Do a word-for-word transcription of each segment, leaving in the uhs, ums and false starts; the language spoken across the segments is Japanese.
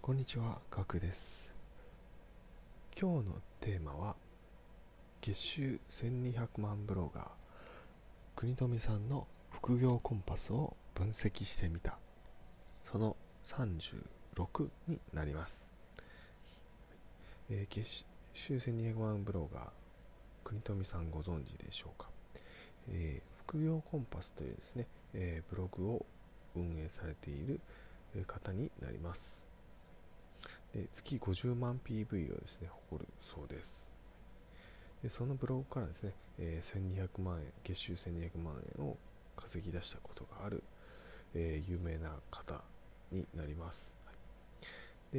こんにちは、ガクです。今日のテーマは月収せんにひゃくまんブロガー国富さんの副業コンパスを分析してみた、そのさんじゅうろくになります。えー、月収せんにひゃくまんブロガー国富さんご存知でしょうか。えー、副業コンパスというですね、えー、ブログを運営されている方になります。で月ごじゅうまん ピーブイ をですね誇るそうです。でそのブログからですね、えー、せんにひゃくまんえん、月収せんにひゃくまんえんを稼ぎ出したことがある、えー、有名な方になります。はい、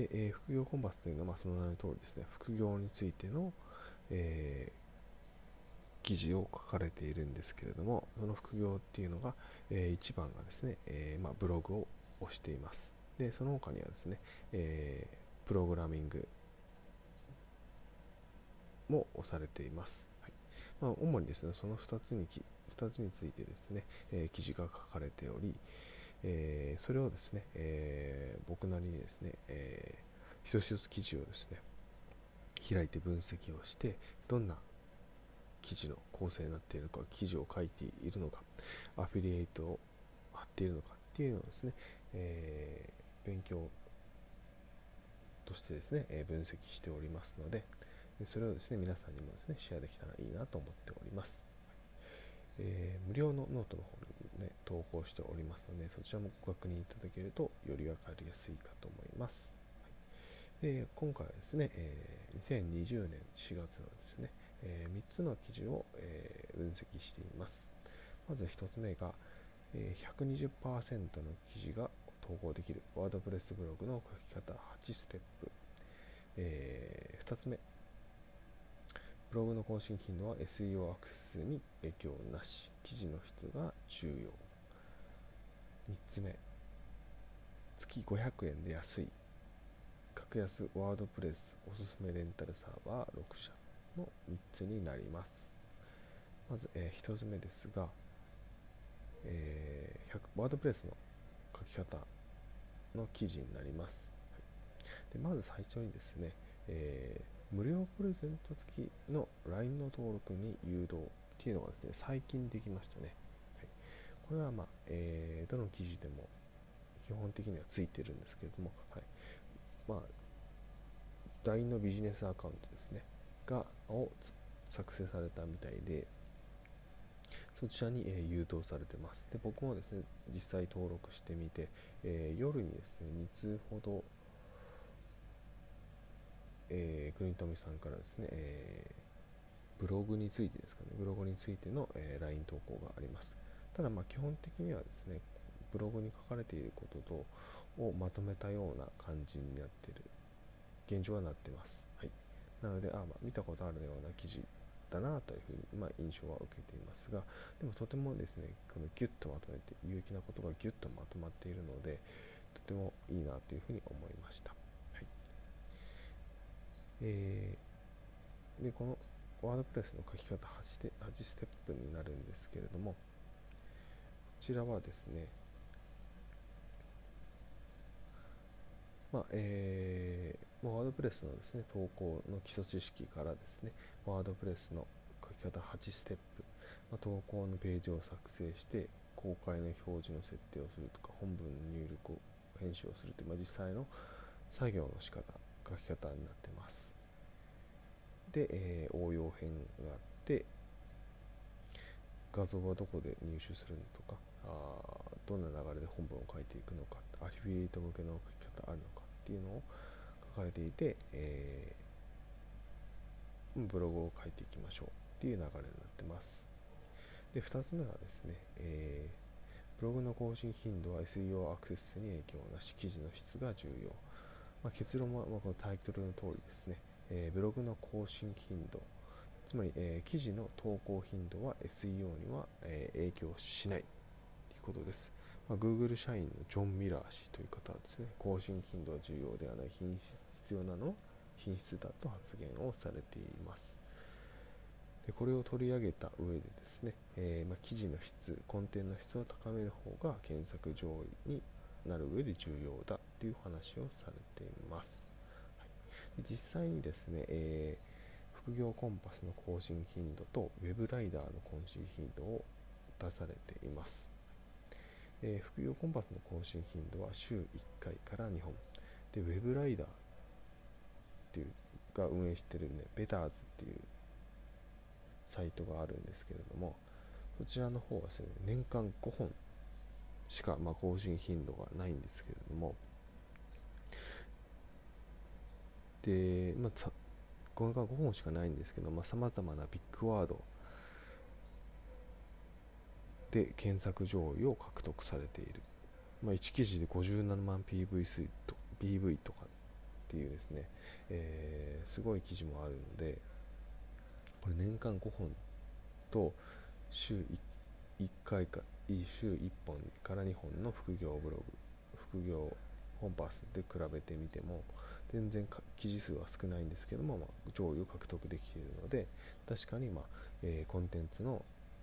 で、えー、副業コンパスというのは、まあ、その名の通りですね、副業についての、えー、記事を書かれているんですけれども、その副業っていうのが、えー、一番がですね、えーまあ、ブログを推しています。で、その他にはですね、えー、プログラミングも押されています。はい、まあ、主にですね、そのふたつにきふたつについてですね、えー、記事が書かれており、えー、それをですね、えー、僕なりにですね、えー、一つ一つ記事をですね、開いて分析をして、どんな記事の構成になっているのか、記事を書いているのか、アフィリエイトを貼っているのかっていうのをですね、えー、勉強としてですね、えー、分析しておりますので、それをですね、皆さんにもですね、シェアできたらいいなと思っております。えー、無料のノートの方に、ね、投稿しておりますので、そちらもご確認いただけるとより分かりやすいかと思います。はい、で今回はですね、えー、にせんにじゅうねんしがつのですね、えー、みっつの記事を、えー、分析しています。まずひとつめが、えー、ひゃくにじゅっパーセント の記事が投稿できるワードプレスブログの書き方はちステップ、えー、ふたつめ、ブログの更新頻度は エスイーオー アクセス数に影響なし、記事の質が重要。みっつめ、月ごひゃくえんで安い、格安ワードプレスおすすめレンタルサーバーろくしゃのみっつになります。まず、えー、ひとつめですが、えー、ワードプレスの書き方の記事になります。でまず最初にですね、えー、無料プレゼント付きの ライン の登録に誘導っていうのがですね、最近できましたね。はい、これは、まあえー、どの記事でも基本的にはついてるんですけれども、はい、まあ、ライン のビジネスアカウントですねがを作成されたみたいで、そちらに、えー、誘導されてます。で僕もですね、実際登録してみて、えー、夜にですねに通ほど、えー、国富さんからですね、えー、ブログについてですかね、ブログについての、えー、ライン 投稿があります。ただ、まあ、基本的にはですね、ブログに書かれていることとをまとめたような感じになっている現状はなってます。はい、なので、あ、まあ、見たことあるような記事だなというふうに、まあ、印象は受けていますが、でもとてもですね、このギュッとまとめて、有益なことがギュッとまとまっているので、とてもいいなというふうに思いました。はい、えー、でこのワードプレスの書き方 はち, ステはちステップになるんですけれども、こちらはですね、まあえー、ワードプレスのですね、投稿の基礎知識からですね、ワードプレスの書き方はちステップ、まあ、投稿のページを作成して公開の表示の設定をするとか、本文の入力を編集をするという、まあ、実際の作業の仕方、書き方になってます。で、えー、応用編があって、画像はどこで入手するのとか、あどんな流れで本文を書いていくのか、アフィリエイト向けの書き方あるのかっていうのを書かれていて、えー、ブログを書いていきましょうっていう流れになってます。で、ふたつめはですね、えー、ブログの更新頻度は エスイーオー アクセス数に影響なし、記事の質が重要。まあ、結論は、まあ、このタイトルの通りですね、えー、ブログの更新頻度、つまり、えー、記事の投稿頻度は エスイーオー には、えー、影響しないということです。まあ、Google 社員のジョン・ミラー氏という方はですね、更新頻度は重要ではない、品質必要なのは品質だと発言をされています。でこれを取り上げた上でですね、えーまあ、記事の質、コンテンツの質を高める方が検索上位になる上で重要だという話をされています。はい、で実際にですね、えー、副業コンパスの更新頻度とウェブライダーの更新頻度を出されています。えー、副業コンパスの更新頻度は週いっかいからにほんで、ウェブライダーっていうが運営しているね、ベターズっていうサイトがあるんですけれども、そちらの方はですね、年間ごほんしか、まあ、更新頻度がないんですけれども、で、まあ、年間ごほんしかないんですけど、さまざ、まなビッグワードで検索上位を獲得されている、まあ、いち記事でごじゅうななまん ピーブイ 数と ピーブイ とかっていうですね、えー、すごい記事もあるので、これ年間ごほんと週いっかいか週いっぽんからにほんの副業ブログ、副業コンパスで比べてみても全然記事数は少ないんですけども、まあ、上位を獲得できているので、確かに、まあえー、コンテンツの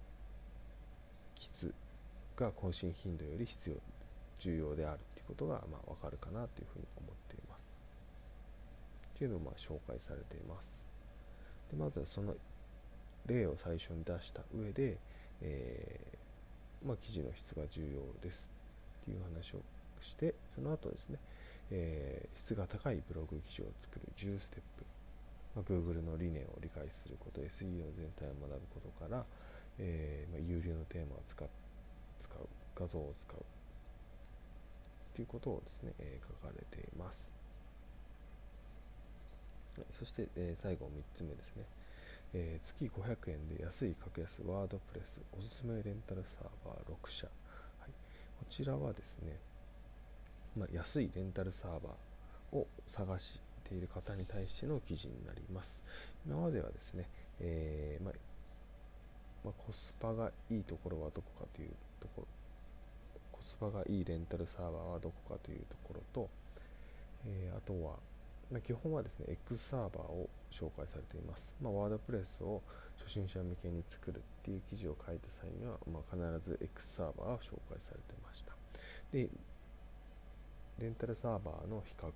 質が更新頻度より必要重要であるということが、まあ、分かるかなというふうに思っていますというのを、まあ、紹介されています。でまずはその例を最初に出した上で、えーまあ、記事の質が重要ですっていう話をして、その後ですね、えー、質が高いブログ記事を作るじゅうステップ、まあ、Google の理念を理解すること、 エスイーオー 全体を学ぶことから、えーまあ、有料のテーマを使う、使う画像を使うということをですね、えー、書かれています。はい、そして、えー、最後みっつめですね、えー、月ごひゃくえんで安い格安ワードプレスおすすめレンタルサーバーろくしゃ、はい、こちらはですね、まあ、安いレンタルサーバーを探している方に対しての記事になります。今まではですね、えーまあまあ、コスパがいいところはどこかというところ、コスパがいいレンタルサーバーはどこかというところと、えー、あとは、まあ、基本はですね X サーバーを紹介されています。まあ、ワードプレスを初心者向けに作るっていう記事を書いた際には、まあ、必ず X サーバーを紹介されてました。でレンタルサーバーの比較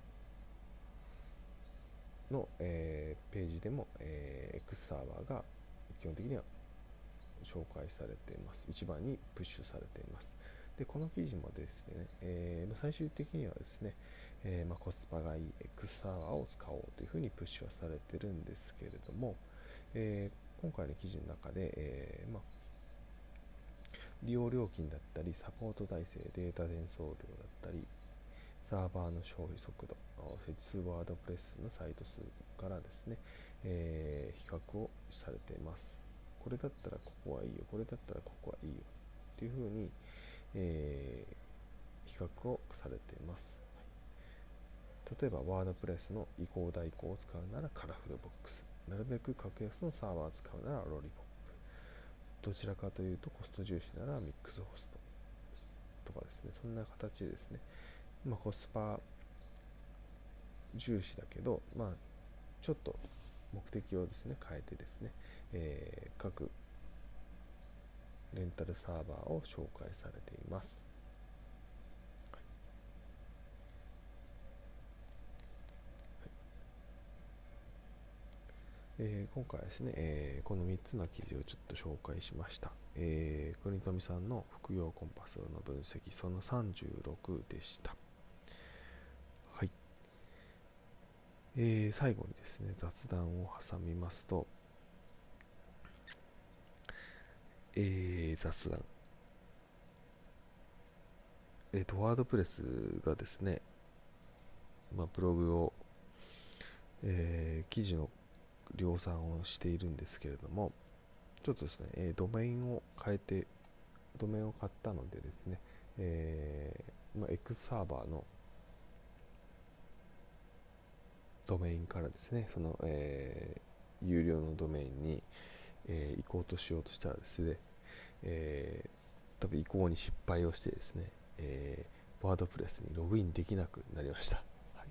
の、えー、ページでも、えー、X サーバーが基本的には紹介されています。一番にプッシュされています。でこの記事もですね、えー、最終的にはですね、えーまあ、コスパがいい X サーバーを使おうというふうにプッシュはされてるんですけれども、えー、今回の記事の中で、えーまあ、利用料金だったりサポート体制、データ伝送量だったりサーバーの消費速度、設置数ワードプレスのサイト数からですね、えー、比較をされています。これだったらここはいいよ、これだったらここはいいよっていうふうに、えー、比較をされています。はい、例えばワードプレスの移行代行を使うならカラフルボックス、なるべく格安のサーバーを使うならロリポップ、どちらかというとコスト重視ならミックスホストとかですね、そんな形でですね、まあ、コスパ重視だけど、まあ、ちょっと目的をですね変えてですね、えー、各レンタルサーバーを紹介されています。はいはいえー、今回はですね、えー、このみっつの記事をちょっと紹介しました。えー、国富さんの副業コンパスの分析そのさんじゅうろくでした。はい。えー、最後にですね雑談を挟みますと、えー、雑談えーと、ワードプレスがですね、まあ、ブログを、えー、記事の量産をしているんですけれども、ちょっとですね、えー、ドメインを変えて、ドメインを買ったのでですね、えーまあ、X サーバーのドメインからですね、その、えー、有料のドメインに、えー、移行としようとしたらですね、えー、多分移行に失敗をしてですね、えー、ワードプレスにログインできなくなりました。はい、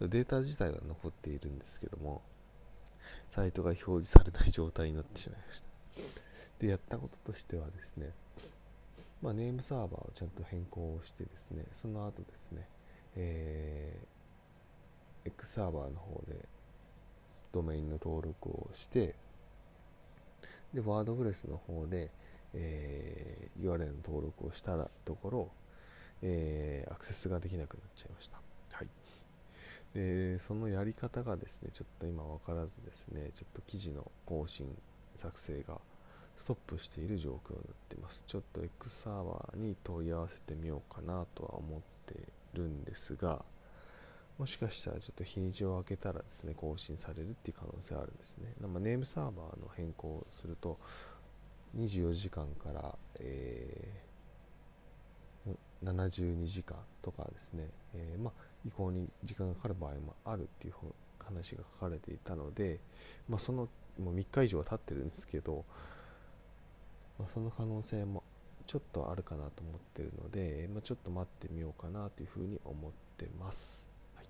データ自体は残っているんですけども、サイトが表示されない状態になってしまいました。で、やったこととしてはですね、まあ、ネームサーバーをちゃんと変更してですね、その後ですね、 えー、X サーバーの方でドメインの登録をして、でワードプレスの方で、えー、ユーアールエル の登録をしたところ、えー、アクセスができなくなっちゃいました。はい。でそのやり方がですねちょっと今分からずですね、ちょっと記事の更新作成がストップしている状況になっています。ちょっと X サーバーに問い合わせてみようかなとは思ってるんですが、もしかしたらちょっと日にちを空けたらですね更新されるっていう可能性があるんですね。まあ、ネームサーバーの変更をするとにじゅうよじかんから、えー、ななじゅうにじかんとかですね、えーまあ、移行に時間がかかる場合もあるっていう話が書かれていたので、まあ、そのもうみっか以上は経ってるんですけど、まあ、その可能性もちょっとあるかなと思ってるので、まあ、ちょっと待ってみようかなというふうに思ってます。はい、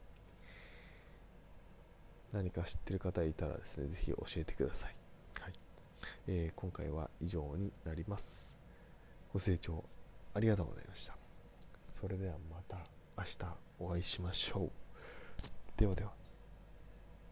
何か知ってる方いたらですね、ぜひ教えてください。はい、えー、今回は以上になります。ご清聴ありがとうございました。それではまた明日お会いしましょう。ではでは。